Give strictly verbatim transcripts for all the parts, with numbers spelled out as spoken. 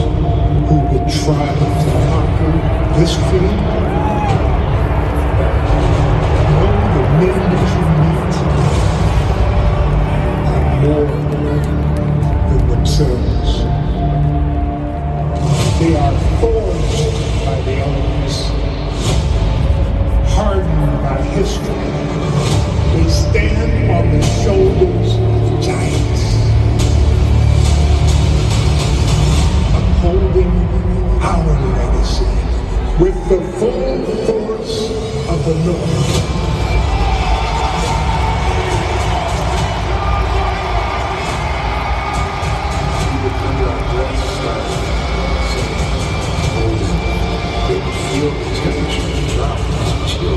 who would try to conquer this field. Know the men that you meet are more than themselves. They are forged by the elements, hardened by history. They stand on the shoulders of giants, upholding our legacy with the full force of the North. Feel the temperature drop as chill.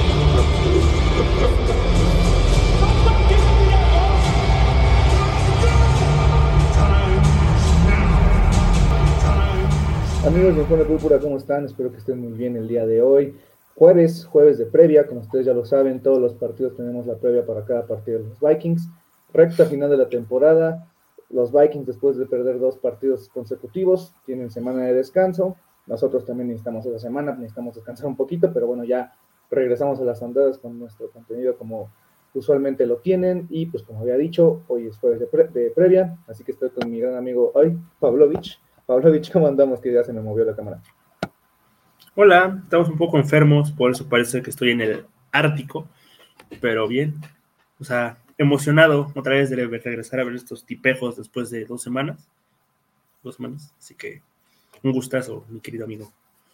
Amigos de Informe Púrpura, ¿cómo están? Espero que estén muy bien el día de hoy. Jueves, jueves de previa, como ustedes ya lo saben, todos los partidos tenemos la previa para cada partido de los Vikings. Recta final de la temporada, los Vikings después de perder dos partidos consecutivos, tienen semana de descanso. Nosotros también necesitamos esa semana, necesitamos descansar un poquito, pero bueno, ya regresamos a las andadas con nuestro contenido como usualmente lo tienen. Y pues como había dicho, hoy es jueves de, pre- de previa, así que estoy con mi gran amigo hoy, Pavlovich. Pavlovich, ¿cómo andamos? Que ya se me movió la cámara. Hola, estamos un poco enfermos, por eso parece que estoy en el Ártico, pero bien, o sea, emocionado otra vez de regresar a ver estos tipejos después de dos semanas, dos semanas, así que un gustazo, mi querido amigo.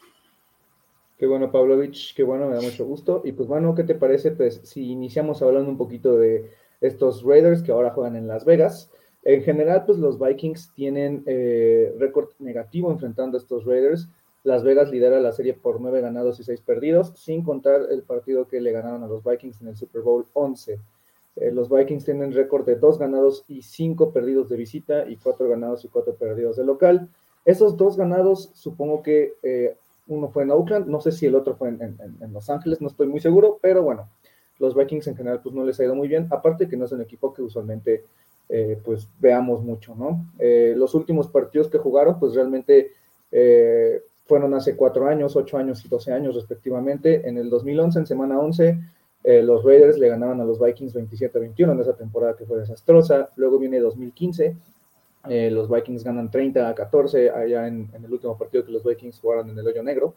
Qué bueno, Pavlovich, qué bueno, me da mucho gusto. Y pues bueno, ¿qué te parece? Pues si iniciamos hablando un poquito de estos Raiders que ahora juegan en Las Vegas. En general, pues los Vikings tienen eh, récord negativo enfrentando a estos Raiders. Las Vegas lidera la serie por nueve ganados y seis perdidos, sin contar el partido que le ganaron a los Vikings en el Super Bowl once. Eh, los Vikings tienen récord de dos ganados y cinco perdidos de visita y cuatro ganados y cuatro perdidos de local. Esos dos ganados, supongo que eh, uno fue en Oakland, no sé si el otro fue en, en, en Los Ángeles, no estoy muy seguro, pero bueno, los Vikings en general pues no les ha ido muy bien, aparte que no es un equipo que usualmente eh, pues veamos mucho, ¿no? Eh, los últimos partidos que jugaron pues realmente eh, fueron hace cuatro años, ocho años y doce años respectivamente. En el dos mil once, en semana once, eh, los Raiders le ganaron a los Vikings veintisiete a veintiuno en esa temporada que fue desastrosa. Luego viene dos mil quince, eh, los Vikings ganan treinta a catorce allá en, en el último partido que los Vikings jugaron en el hoyo negro.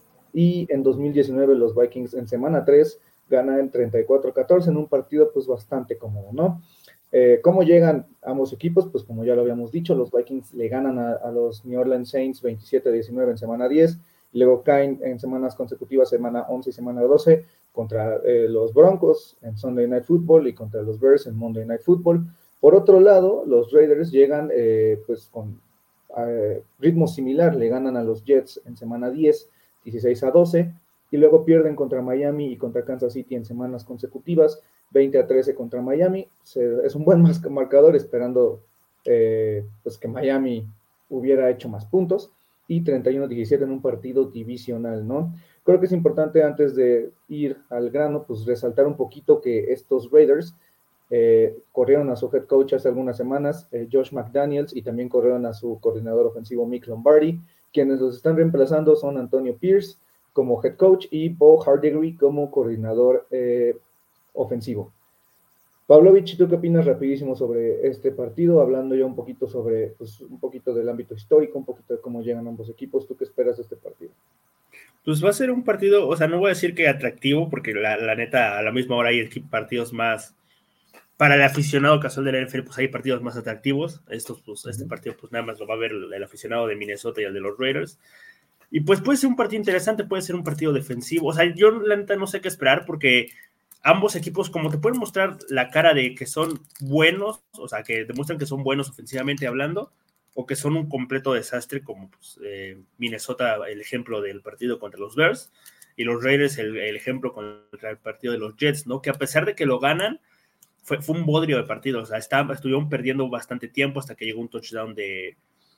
Y en dos mil diecinueve los Vikings en semana tres ganan treinta y cuatro a catorce en un partido pues bastante cómodo, ¿no? Eh, ¿Cómo llegan ambos equipos? Pues como ya lo habíamos dicho, los Vikings le ganan a, a los New Orleans Saints veintisiete a diecinueve en semana diez, y luego caen en semanas consecutivas, semana once y semana doce, contra eh, los Broncos en Sunday Night Football y contra los Bears en Monday Night Football. Por otro lado, los Raiders llegan eh, pues con eh, ritmo similar, le ganan a los Jets en semana diez, dieciséis a doce, y luego pierden contra Miami y contra Kansas City en semanas consecutivas, veinte a trece contra Miami. Se, es un buen marcador, esperando eh, pues que Miami hubiera hecho más puntos, y treinta y uno a diecisiete en un partido divisional, ¿no? Creo que es importante, antes de ir al grano, pues resaltar un poquito que estos Raiders eh, corrieron a su head coach hace algunas semanas, eh, Josh McDaniels, y también corrieron a su coordinador ofensivo Mick Lombardi. Quienes los están reemplazando son Antonio Pierce como head coach y Bo Hardegree como coordinador eh, ofensivo. Pavlovich, ¿tú qué opinas rapidísimo sobre este partido? Hablando ya un poquito sobre, pues, un poquito del ámbito histórico, un poquito de cómo llegan ambos equipos. ¿Tú qué esperas de este partido? Pues va a ser un partido, o sea, no voy a decir que atractivo, porque la, la neta, a la misma hora hay partidos más, para el aficionado casual de la N F L, pues hay partidos más atractivos. Estos, pues, uh-huh. Este partido, pues nada más lo va a ver el, el aficionado de Minnesota y el de los Raiders. Y pues puede ser un partido interesante, puede ser un partido defensivo. O sea, yo la neta no sé qué esperar, porque ambos equipos como te pueden mostrar la cara de que son buenos, o sea, que demuestran que son buenos ofensivamente hablando, o que son un completo desastre, como pues, eh, Minnesota, el ejemplo del partido contra los Bears, y los Raiders, el, el ejemplo contra el partido de los Jets, ¿no? Que a pesar de que lo ganan, fue, fue un bodrio de partido. O sea, está, estuvieron perdiendo bastante tiempo hasta que llegó un touchdown de,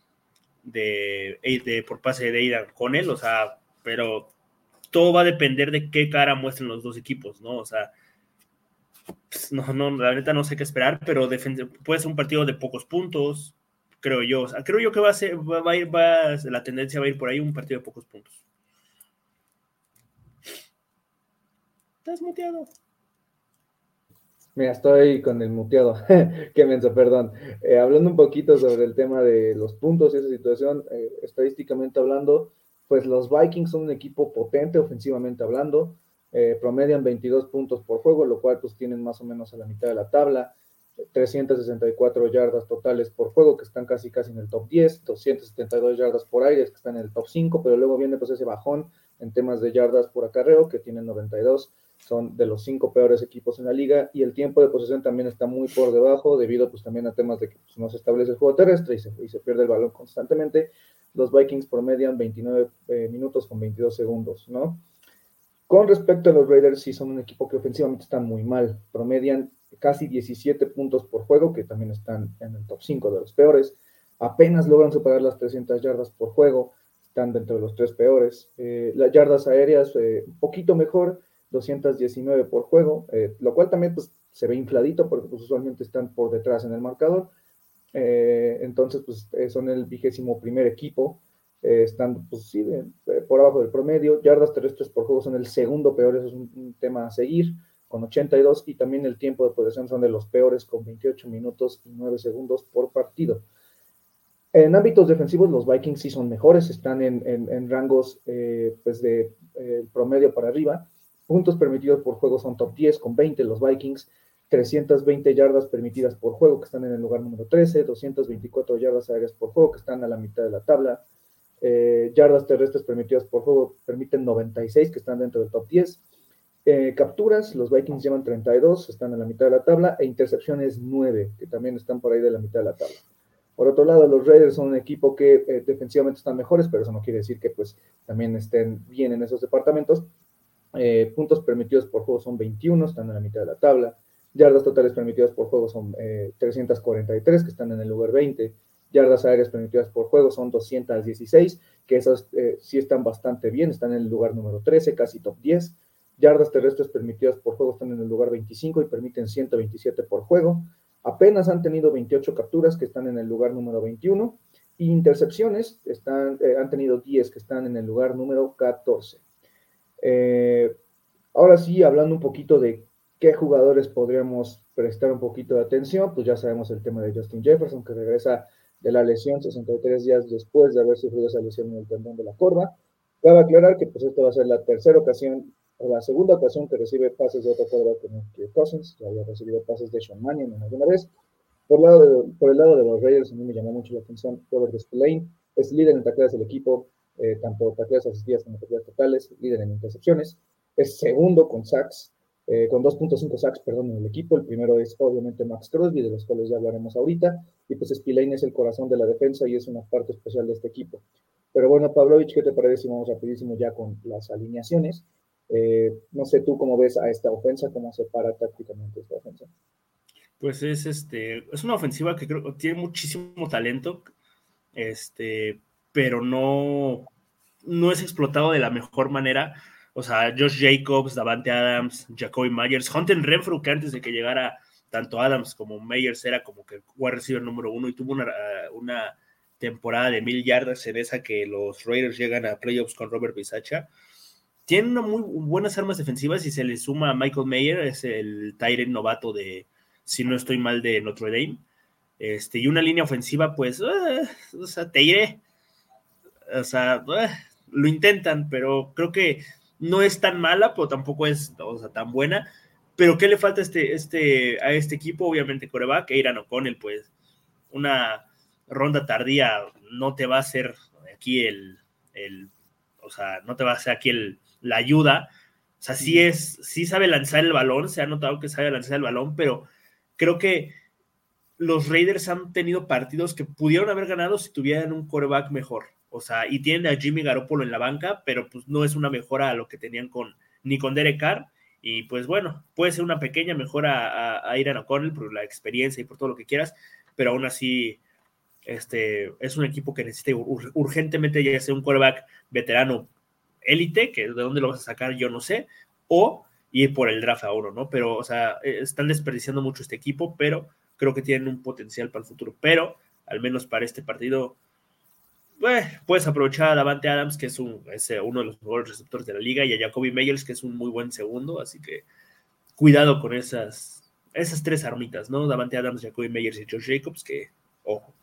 de, de, de por pase de Aidan O'Connell, o sea, pero todo va a depender de qué cara muestren los dos equipos, ¿no? O sea, pues, no, no, la neta no sé qué esperar, pero defend- puede ser un partido de pocos puntos, creo yo. O sea, creo yo que va a ser, va, va a ir, va, la tendencia va a ir por ahí, un partido de pocos puntos. ¿Estás muteado? Mira, estoy con el muteado. Qué menso, perdón. Eh, hablando un poquito sobre el tema de los puntos y esa situación, eh, estadísticamente hablando, pues los Vikings son un equipo potente ofensivamente hablando, eh, promedian veintidós puntos por juego, lo cual pues tienen más o menos a la mitad de la tabla, trescientas sesenta y cuatro yardas totales por juego, que están casi casi en el top diez, doscientas setenta y dos yardas por aire, que están en el top cinco, pero luego viene pues ese bajón en temas de yardas por acarreo, que tienen noventa y dos, son de los cinco peores equipos en la liga, y el tiempo de posesión también está muy por debajo, debido pues también a temas de que pues, no se establece el juego terrestre y se, y se pierde el balón constantemente. Los Vikings promedian veintinueve eh, minutos con veintidós segundos, ¿no? Con respecto a los Raiders, sí son un equipo que ofensivamente están muy mal, promedian casi diecisiete puntos por juego, que también están en el top cinco de los peores, apenas logran superar las trescientas yardas por juego, están dentro de los tres peores, eh, las yardas aéreas eh, un poquito mejor, doscientas diecinueve por juego, eh, lo cual también pues, se ve infladito porque pues, usualmente están por detrás en el marcador, eh, entonces pues eh, son el vigésimo primer equipo, eh, están pues, sí, de, de, por abajo del promedio, yardas terrestres por juego son el segundo peor, eso es un, un tema a seguir, con ochenta y dos, y también el tiempo de posesión son de los peores, con veintiocho minutos y nueve segundos por partido. En ámbitos defensivos, los Vikings sí son mejores, están en, en, en rangos eh, pues de eh, promedio para arriba. Puntos permitidos por juego son top diez, con veinte los Vikings, trescientas veinte yardas permitidas por juego, que están en el lugar número trece, doscientas veinticuatro yardas aéreas por juego, que están a la mitad de la tabla. Eh, yardas terrestres permitidas por juego permiten noventa y seis, que están dentro del top diez. Eh, capturas, los Vikings llevan treinta y dos, están en la mitad de la tabla, e intercepciones nueve, que también están por ahí de la mitad de la tabla. Por otro lado, los Raiders son un equipo que eh, defensivamente están mejores, pero eso no quiere decir que pues también estén bien en esos departamentos. Eh, puntos permitidos por juego son veintiuno, están en la mitad de la tabla. Yardas totales permitidas por juego son eh, trescientas cuarenta y tres, que están en el lugar veinte. Yardas aéreas permitidas por juego son doscientas dieciséis, que esas eh, sí están bastante bien, están en el lugar número trece, casi top diez. Yardas terrestres permitidas por juego están en el lugar veinticinco y permiten ciento veintisiete por juego. Apenas han tenido veintiocho capturas, que están en el lugar número veintiuno, y intercepciones están, eh, han tenido diez, que están en el lugar número catorce. Eh, ahora sí, hablando un poquito de qué jugadores podríamos prestar un poquito de atención, pues ya sabemos el tema de Justin Jefferson, que regresa de la lesión sesenta y tres días después de haber sufrido esa lesión en el tendón de la corva. Cabe aclarar que pues esta va a ser la tercera ocasión, o la segunda ocasión que recibe pases de otro quarterback como Kirk Cousins, que había recibido pases de Sean Mannion en alguna vez. Por, lado de, por el lado de los Raiders, a mí me llamó mucho la atención Robert Spillane, es líder en tacleadas del equipo, eh, tanto tacleadas asistidas como tacleadas totales, líder en intercepciones, es segundo con sacks, eh, con dos punto cinco sacks, perdón, en el equipo. El primero es obviamente Max Crosby, de los cuales ya hablaremos ahorita, y pues Spillane es el corazón de la defensa y es una parte especial de este equipo. Pero bueno, Pavlovich, ¿qué te parece si vamos rapidísimo ya con las alineaciones? Eh, no sé tú cómo ves a esta ofensa, cómo se para tácticamente esta ofensa. Pues es este, es una ofensiva que creo que tiene muchísimo talento, este, pero no, no es explotado de la mejor manera. O sea, Josh Jacobs, Davante Adams, Jacoby Myers, Hunter Renfrew, que antes de que llegara tanto Adams como Myers era como que el wide receiver número uno y tuvo una, una temporada de mil yardas en esa que los Raiders llegan a playoffs con Robert Bisaccia. Tienen una muy buenas armas defensivas y se le suma a Michael Mayer, es el tight end novato de, si no estoy mal, de Notre Dame. Este, y una línea ofensiva, pues, uh, o sea, te diré, o sea, uh, lo intentan, pero creo que no es tan mala, pero tampoco es, o sea, tan buena. Pero ¿qué le falta a este, este, a este equipo? Obviamente, quarterback, Aidan O'Connell, pues, una ronda tardía no te va a hacer aquí el, el o sea, no te va a hacer aquí el, la ayuda. O sea, sí es, sí sabe lanzar el balón, se ha notado que sabe lanzar el balón, pero creo que los Raiders han tenido partidos que pudieron haber ganado si tuvieran un quarterback mejor. O sea, y tienen a Jimmy Garoppolo en la banca, pero pues no es una mejora a lo que tenían con, ni con Derek Carr. Y pues bueno, puede ser una pequeña mejora a, a Aidan O'Connell por la experiencia y por todo lo que quieras, pero aún así este, es un equipo que necesita ur- urgentemente ya sea un quarterback veterano élite, que de dónde lo vas a sacar yo no sé, o ir por el draft a uno, ¿no? Pero, o sea, están desperdiciando mucho este equipo, pero creo que tienen un potencial para el futuro. Pero al menos para este partido, bueno, puedes aprovechar a Davante Adams, que es, un, es uno de los mejores receptores de la liga, y a Jacoby Meyers, que es un muy buen segundo, así que cuidado con esas, esas tres armitas, ¿no? Davante Adams, Jacoby Meyers y Josh Jacobs, que, ojo.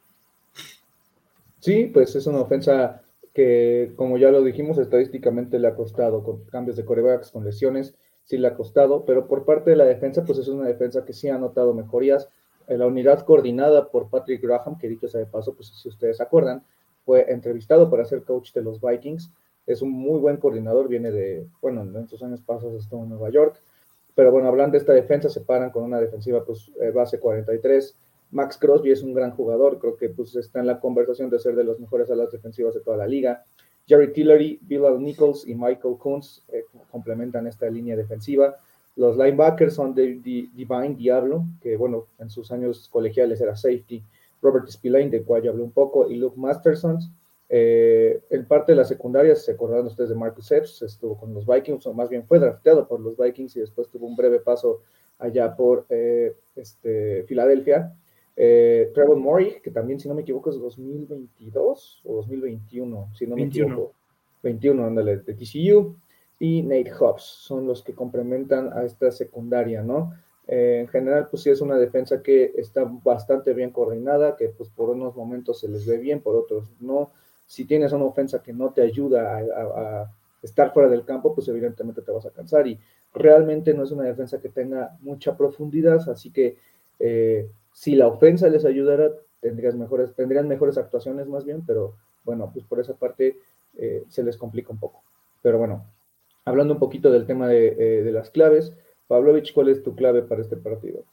Sí, pues es una ofensa que, como ya lo dijimos, estadísticamente le ha costado, con cambios de quarterbacks, con lesiones, sí le ha costado, pero por parte de la defensa, pues es una defensa que sí ha notado mejorías. La unidad coordinada por Patrick Graham, que dicho sea de paso, pues si ustedes se acuerdan, fue entrevistado para ser coach de los Vikings. Es un muy buen coordinador, viene de, bueno, en sus años pasados estuvo en Nueva York, pero bueno, hablando de esta defensa, se paran con una defensiva, pues eh, base cuarenta y tres. Max Crosby es un gran jugador, creo que pues está en la conversación de ser de los mejores alas defensivas de toda la liga. Jerry Tillery, Bilal Nichols y Michael Kunz eh, complementan esta línea defensiva. Los linebackers son de, de, Divine Diablo, que bueno, en sus años colegiales era safety, Robert Spillane, del cual ya hablé un poco, y Luke Masterson. Eh, en parte de la secundaria, se acordaron ustedes de Marcus Epps, estuvo con los Vikings, o más bien fue drafteado por los Vikings y después tuvo un breve paso allá por eh, este, Filadelfia. Eh, Trevor Murray, que también, si no me equivoco, es dos mil veintidós o dos mil veintiuno, si no me veintiuno. equivoco. veintiuno, ándale, de T C U. Y Nate Hobbs son los que complementan a esta secundaria, ¿no? Eh, en general, pues sí es una defensa que está bastante bien coordinada, que pues por unos momentos se les ve bien, por otros no. Si tienes una ofensa que no te ayuda a, a, a estar fuera del campo, pues evidentemente te vas a cansar. Y realmente no es una defensa que tenga mucha profundidad, así que eh, si la ofensa les ayudara, tendrías mejores, tendrían mejores actuaciones más bien, pero bueno, pues por esa parte eh, se les complica un poco. Pero bueno, hablando un poquito del tema de, eh, de las claves, Pavlovich, ¿cuál es tu clave para este partido?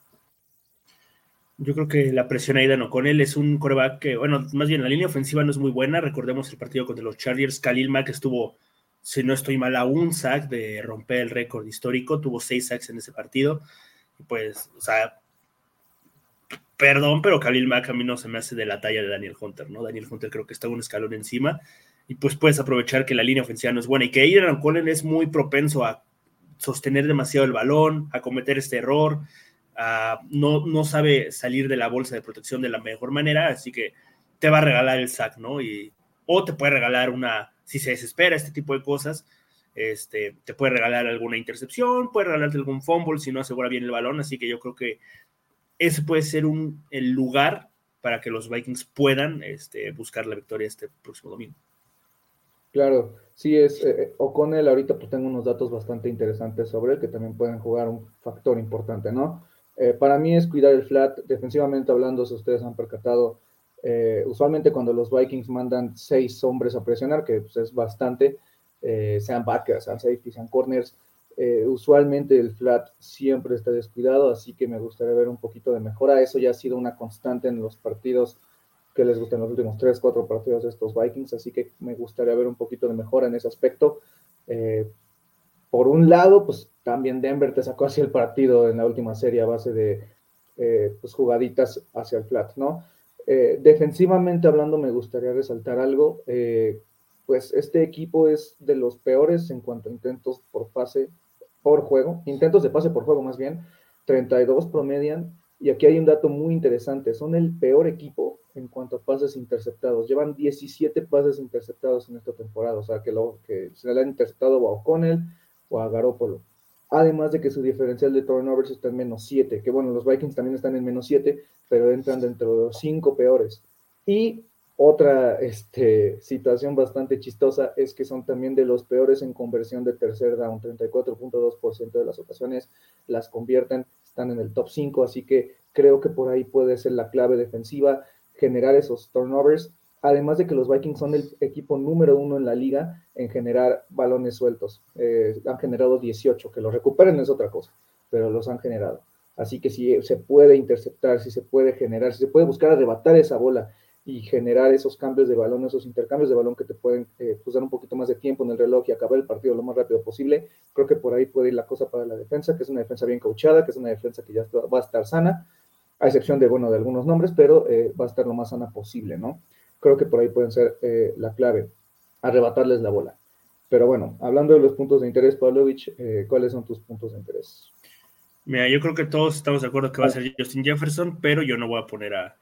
Yo creo que la presión a Aidan O'Connell es un quarterback que, bueno, más bien la línea ofensiva no es muy buena. Recordemos el partido contra los Chargers. Khalil Mack estuvo, si no estoy mal, a un sack de romper el récord histórico. Tuvo seis sacks en ese partido. Y pues, o sea, perdón, pero Khalil Mack a mí no se me hace de la talla de Daniel Hunter, ¿no? Daniel Hunter creo que está un escalón encima. Y pues puedes aprovechar que la línea ofensiva no es buena y que Aidan O'Connell es muy propenso a sostener demasiado el balón, a cometer este error. Uh, no, no sabe salir de la bolsa de protección de la mejor manera, así que te va a regalar el sack, ¿no? Y, o te puede regalar una, si se desespera, este tipo de cosas, este, te puede regalar alguna intercepción, puede regalarte algún fumble si no asegura bien el balón, así que yo creo que ese puede ser un, el lugar para que los Vikings puedan este, buscar la victoria este próximo domingo. Claro, sí es, eh, O'Connell ahorita pues tengo unos datos bastante interesantes sobre él que también pueden jugar un factor importante, ¿no? Eh, para mí es cuidar el flat, defensivamente hablando, si ustedes han percatado, eh, usualmente cuando los Vikings mandan seis hombres a presionar, que pues, es bastante, eh, sean backers, sean safety, sean corners, eh, usualmente el flat siempre está descuidado, así que me gustaría ver un poquito de mejora. Eso ya ha sido una constante en los partidos que les gustan los últimos tres, cuatro partidos de estos Vikings, así que me gustaría ver un poquito de mejora en ese aspecto. Eh, por un lado, pues también Denver te sacó hacia el partido en la última serie a base de eh, pues, jugaditas hacia el flat, ¿no? Eh, defensivamente hablando, me gustaría resaltar algo. Eh, pues este equipo es de los peores en cuanto a intentos por pase por juego, intentos de pase por juego más bien, treinta y dos promedian, y aquí hay un dato muy interesante, son el peor equipo en cuanto a pases interceptados, llevan diecisiete pases interceptados en esta temporada, o sea que, lo, que se le han interceptado a O'Connell o a Garoppolo, además de que su diferencial de turnovers está en menos siete, que bueno, los Vikings también están en menos siete, pero entran dentro de los cinco peores, y otra este, situación bastante chistosa es que son también de los peores en conversión de tercer down, treinta y cuatro punto dos por ciento de las ocasiones las convierten, están en el top cinco, así que creo que por ahí puede ser la clave defensiva, generar esos turnovers, además de que los Vikings son el equipo número uno en la liga en generar balones sueltos, eh, han generado dieciocho, que los recuperen es otra cosa, pero los han generado, así que si se puede interceptar, si se puede generar, si se puede buscar arrebatar esa bola, y generar esos cambios de balón, esos intercambios de balón que te pueden eh, pues dar un poquito más de tiempo en el reloj y acabar el partido lo más rápido posible. Creo que por ahí puede ir la cosa para la defensa, que es una defensa bien coachada, que es una defensa que ya va a estar sana, a excepción de, bueno, de algunos nombres, pero eh, va a estar lo más sana posible, ¿no? Creo que por ahí pueden ser eh, la clave, arrebatarles la bola. Pero bueno, hablando de los puntos de interés, Pavlovich, eh, ¿cuáles son tus puntos de interés? Mira, yo creo que todos estamos de acuerdo que va a ser Justin Jefferson, pero yo no voy a poner a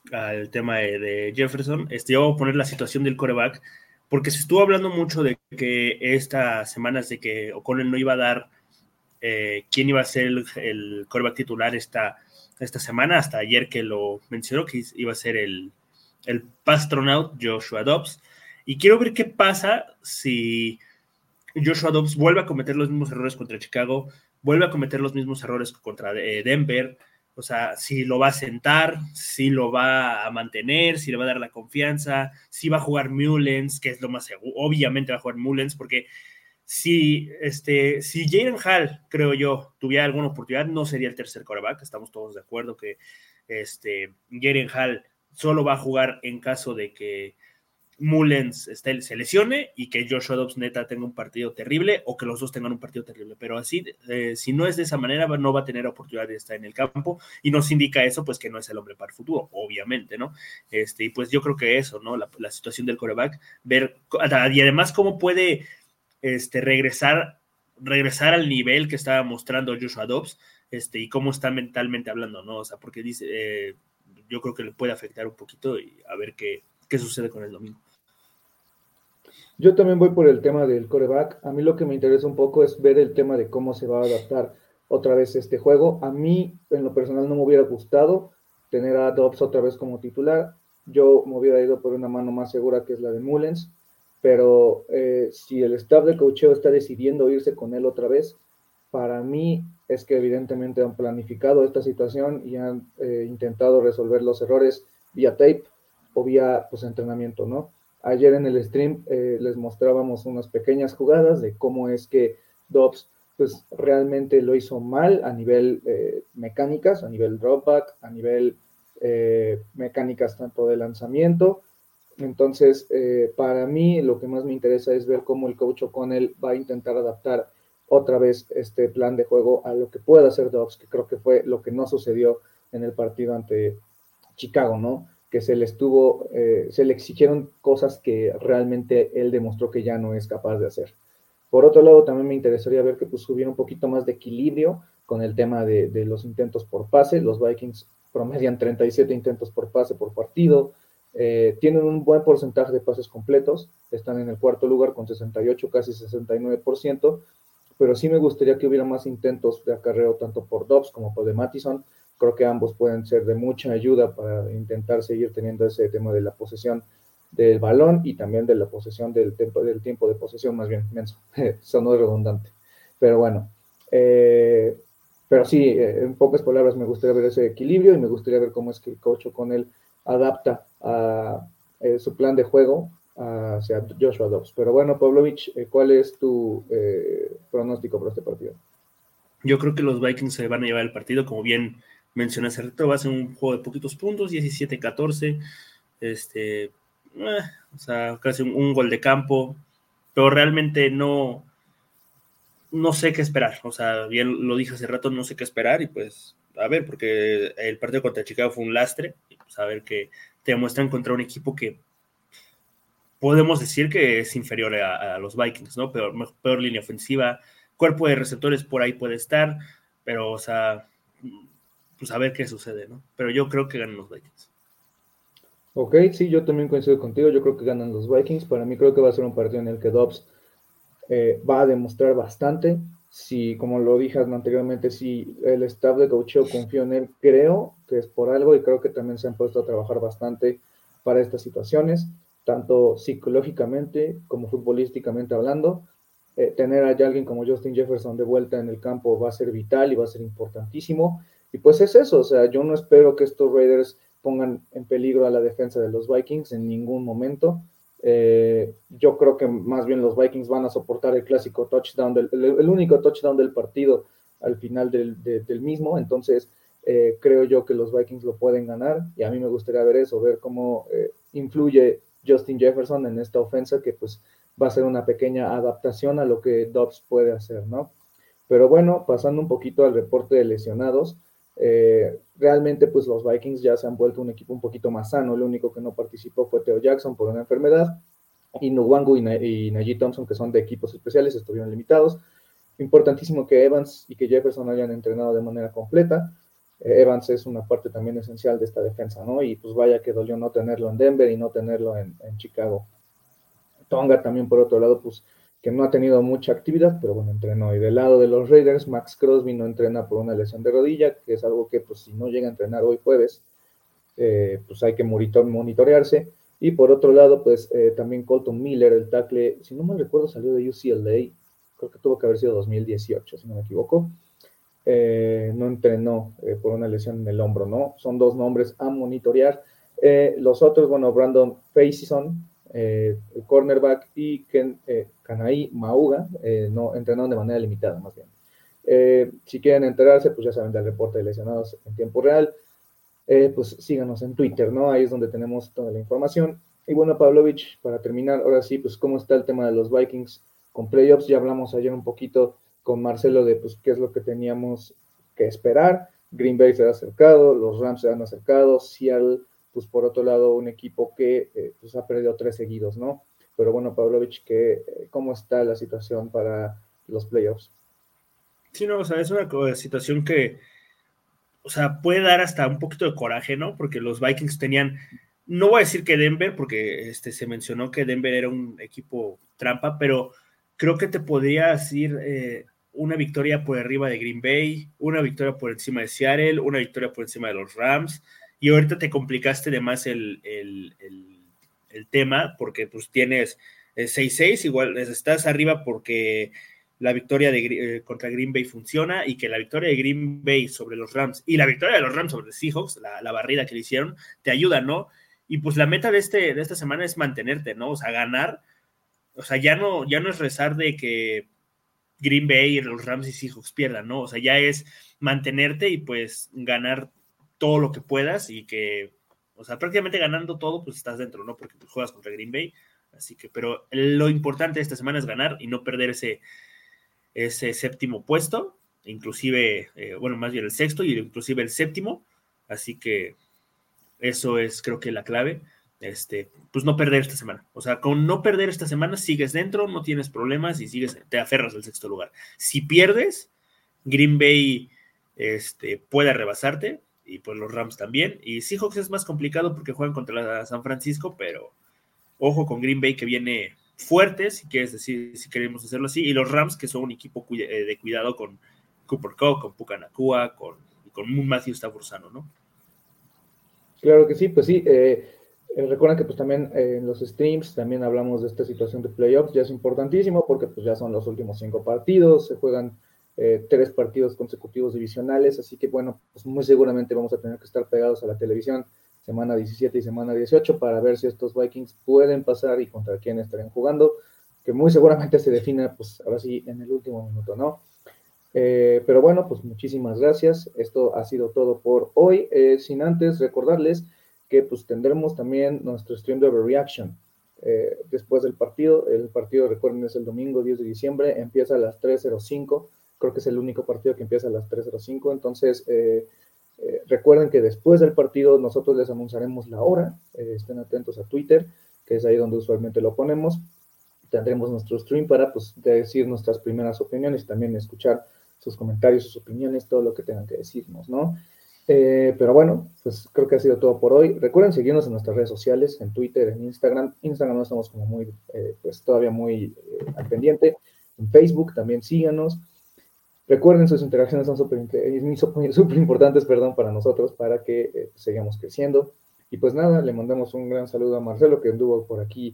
al tema de, de Jefferson, este, yo voy a poner la situación del quarterback, porque se estuvo hablando mucho de que estas semanas de que O'Connell no iba a dar eh, quién iba a ser el, el quarterback titular esta, esta semana, hasta ayer que lo mencionó, que iba a ser el, el Pastronaut Joshua Dobbs. Y quiero ver qué pasa si Joshua Dobbs vuelve a cometer los mismos errores contra Chicago, vuelve a cometer los mismos errores contra eh, Denver. O sea, si lo va a sentar, si lo va a mantener, si le va a dar la confianza, si va a jugar Mullens, que es lo más seguro. Obviamente va a jugar Mullens, porque si, este, si Jalen Hall, creo yo, tuviera alguna oportunidad, no sería el tercer quarterback. Estamos todos de acuerdo que este, Jalen Hall solo va a jugar en caso de que Mullens este, se lesione y que Joshua Dobbs neta tenga un partido terrible, o que los dos tengan un partido terrible, pero así, eh, si no es de esa manera, no va a tener oportunidad de estar en el campo, y nos indica eso, pues que no es el hombre para el futuro, obviamente, ¿no? Este, y pues yo creo que eso, ¿no? La, la situación del quarterback, ver, y además cómo puede este, regresar, regresar al nivel que estaba mostrando Joshua Dobbs, este, y cómo está mentalmente hablando, ¿no? O sea, porque dice, eh, yo creo que le puede afectar un poquito, y a ver qué, qué sucede con el domingo. Yo también voy por el tema del quarterback. A mí lo que me interesa un poco es ver el tema de cómo se va a adaptar otra vez este juego. A mí, en lo personal, no me hubiera gustado tener a Dobbs otra vez como titular. Yo me hubiera ido por una mano más segura, que es la de Mullens. Pero eh, si el staff de coacheo está decidiendo irse con él otra vez, para mí es que evidentemente han planificado esta situación y han eh, intentado resolver los errores vía tape o vía pues, entrenamiento, ¿no? Ayer en el stream eh, les mostrábamos unas pequeñas jugadas de cómo es que Dobbs pues realmente lo hizo mal a nivel eh, mecánicas, a nivel dropback, a nivel eh, mecánicas tanto de lanzamiento. Entonces, eh, para mí lo que más me interesa es ver cómo el coach O'Connell va a intentar adaptar otra vez este plan de juego a lo que pueda hacer Dobbs, que creo que fue lo que no sucedió en el partido ante Chicago, ¿no? Que se le estuvo, eh, se le exigieron cosas que realmente él demostró que ya no es capaz de hacer. Por otro lado, también me interesaría ver que pues, hubiera un poquito más de equilibrio con el tema de, de los intentos por pase. Los Vikings promedian treinta y siete intentos por pase por partido. Eh, tienen un buen porcentaje de pases completos. Están en el cuarto lugar con sesenta y ocho, casi sesenta y nueve por ciento. Pero sí me gustaría que hubiera más intentos de acarreo tanto por Dobbs como por de Mattison. Creo que ambos pueden ser de mucha ayuda para intentar seguir teniendo ese tema de la posesión del balón y también de la posesión del tiempo, del tiempo de posesión, más bien, menso, sonó redundante. Pero bueno, eh, pero sí, eh, en pocas palabras me gustaría ver ese equilibrio y me gustaría ver cómo es que el coach con él adapta a, eh, su plan de juego hacia Joshua Dobbs. Pero bueno, Pavlovich, eh, ¿cuál es tu eh, pronóstico para este partido? Yo creo que los Vikings se van a llevar el partido, como bien mencioné hace rato, va a ser un juego de poquitos puntos, diecisiete catorce, este, eh, o sea, casi un, un gol de campo, pero realmente no, no sé qué esperar, o sea, bien lo dije hace rato, no sé qué esperar, y pues, a ver, porque el partido contra Chicago fue un lastre, y pues a ver que te muestran contra un equipo que podemos decir que es inferior a, a los Vikings, ¿no? Peor, peor línea ofensiva, cuerpo de receptores por ahí puede estar, pero, o sea, pues a ver qué sucede, ¿no? Pero yo creo que ganan los Vikings. Ok, sí, yo también coincido contigo, yo creo que ganan los Vikings. Para mí creo que va a ser un partido en el que Dobbs eh, va a demostrar bastante. Si, como lo dije anteriormente, si el staff de coacheo confía en él, creo que es por algo y creo que también se han puesto a trabajar bastante para estas situaciones, tanto psicológicamente como futbolísticamente hablando. Eh, tener a alguien como Justin Jefferson de vuelta en el campo va a ser vital y va a ser importantísimo. Y pues es eso, o sea, yo no espero que estos Raiders pongan en peligro a la defensa de los Vikings en ningún momento. Eh, yo creo que más bien los Vikings van a soportar el clásico touchdown, del, el, el único touchdown del partido al final del, de, del mismo, entonces eh, creo yo que los Vikings lo pueden ganar y a mí me gustaría ver eso, ver cómo eh, influye Justin Jefferson en esta ofensa que pues va a ser una pequeña adaptación a lo que Dobbs puede hacer, ¿no? Pero bueno, pasando un poquito al reporte de lesionados, eh, realmente pues los Vikings ya se han vuelto un equipo un poquito más sano, el único que no participó fue Theo Jackson por una enfermedad, y Nwangu y, Na y Najee Thompson, que son de equipos especiales, estuvieron limitados. Importantísimo que Evans y que Jefferson hayan entrenado de manera completa. eh, Evans es una parte también esencial de esta defensa, ¿no? Y pues vaya que dolió no tenerlo en Denver y no tenerlo en, en Chicago. Tonga también, por otro lado, pues que no ha tenido mucha actividad, pero bueno, entrenó. Y del lado de los Raiders, Max Crosby no entrena por una lesión de rodilla, que es algo que pues si no llega a entrenar hoy jueves, eh, pues hay que monitor monitorearse. Y por otro lado, pues eh, también Colton Miller, el tackle, si no me recuerdo, salió de U C L A, creo que tuvo que haber sido dos mil dieciocho, si no me equivoco. Eh, no entrenó eh, por una lesión en el hombro, ¿no? Son dos nombres a monitorear. Eh, los otros, bueno, Brandon Facyson, eh, el cornerback, y Ken, eh, Kanai Mauga, eh, no entrenaron de manera limitada, más bien. Eh, si quieren enterarse, pues ya saben del reporte de lesionados en tiempo real. Eh, pues síganos en Twitter, ¿no? Ahí es donde tenemos toda la información. Y bueno, Pavlovich, para terminar, ahora sí, pues cómo está el tema de los Vikings con playoffs. Ya hablamos ayer un poquito con Marcelo de pues qué es lo que teníamos que esperar. Green Bay se ha acercado, los Rams se han acercado, Seattle, pues por otro lado, un equipo que eh, pues ha perdido tres seguidos, ¿no? Pero bueno, Pavlovich, ¿qué, ¿cómo está la situación para los playoffs? Sí, no, o sea, es una situación que, o sea, puede dar hasta un poquito de coraje, ¿no? Porque los Vikings tenían, no voy a decir que Denver, porque este, se mencionó que Denver era un equipo trampa, pero creo que te podría decir eh, una victoria por arriba de Green Bay, una victoria por encima de Seattle, una victoria por encima de los Rams, y ahorita te complicaste de más el, el, el, el tema, porque pues tienes eh, seis seis, igual estás arriba porque la victoria de, eh, contra Green Bay funciona y que la victoria de Green Bay sobre los Rams y la victoria de los Rams sobre los Seahawks, la, la barrida que le hicieron, te ayuda, ¿no? Y pues la meta de, este, de esta semana es mantenerte, ¿no? O sea, ganar. O sea, ya no, ya no es rezar de que Green Bay y los Rams y Seahawks pierdan, ¿no? O sea, ya es mantenerte y pues ganar todo lo que puedas y que, o sea, prácticamente ganando todo, pues estás dentro, ¿no? Porque pues, juegas contra Green Bay. Así que, pero lo importante de esta semana es ganar y no perder ese ese séptimo puesto, inclusive, eh, bueno, más bien el sexto y inclusive el séptimo, así que eso es creo que la clave, este, pues no perder esta semana, o sea, con no perder esta semana sigues dentro, no tienes problemas y sigues, te aferras al sexto lugar. Si pierdes, Green Bay este, puede rebasarte y pues los Rams también, y Seahawks es más complicado porque juegan contra San Francisco, pero ojo con Green Bay que viene fuerte, si quieres decir, si queremos hacerlo así, y los Rams que son un equipo de cuidado con Cooper Kupp, con Puka Nacua, con, con Matthew Stafford sano, ¿no? Claro que sí, pues sí, eh, eh, recuerden que pues también eh, en los streams también hablamos de esta situación de playoffs, ya es importantísimo porque pues ya son los últimos cinco partidos, se juegan eh, tres partidos consecutivos divisionales, así que bueno, pues muy seguramente vamos a tener que estar pegados a la televisión semana diecisiete y semana dieciocho para ver si estos Vikings pueden pasar y contra quién estarían jugando, que muy seguramente se defina pues ahora sí en el último minuto, ¿no? Eh, pero bueno, pues muchísimas gracias. Esto ha sido todo por hoy. Eh, sin antes recordarles que pues tendremos también nuestro stream de Overreaction eh, después del partido. El partido, recuerden, es el domingo diez de diciembre, empieza a las tres cero cinco. Creo que es el único partido que empieza a las tres cero cinco. Entonces, eh, eh, recuerden que después del partido nosotros les anunciaremos la hora. Eh, estén atentos a Twitter, que es ahí donde usualmente lo ponemos. Tendremos nuestro stream para pues, decir nuestras primeras opiniones y también escuchar sus comentarios, sus opiniones, todo lo que tengan que decirnos, ¿no? Eh, pero bueno, pues creo que ha sido todo por hoy. Recuerden seguirnos en nuestras redes sociales, en Twitter, en Instagram. Instagram no estamos como muy, eh, pues todavía muy eh, al pendiente. En Facebook también síganos. Recuerden, sus interacciones son súper súper importantes, perdón, para nosotros, para que eh, sigamos creciendo. Y pues nada, le mandamos un gran saludo a Marcelo, que anduvo por aquí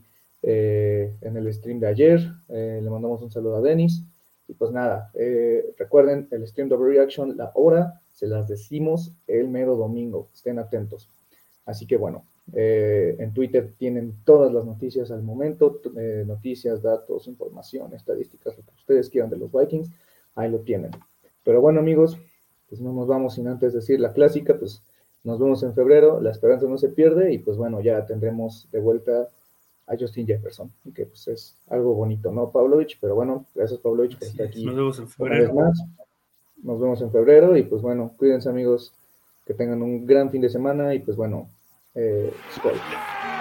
eh, en el stream de ayer. Eh, le mandamos un saludo a Denis. Y pues nada, eh, recuerden el stream de Overreaction, la hora, se las decimos el mero domingo, estén atentos. Así que bueno, eh, en Twitter tienen todas las noticias al momento, eh, noticias, datos, información, estadísticas, lo que ustedes quieran de los Vikings, ahí lo tienen. Pero bueno amigos, pues no nos vamos sin antes decir la clásica, pues nos vemos en febrero, la esperanza no se pierde y pues bueno, ya tendremos de vuelta a Justin Jefferson, que pues es algo bonito, ¿no, Pavlovich? Pero bueno, gracias Pavlovich por estar aquí. Nos vemos en febrero. Una vez más. Nos vemos en febrero y pues bueno, cuídense amigos, que tengan un gran fin de semana y pues bueno, eh, Skol.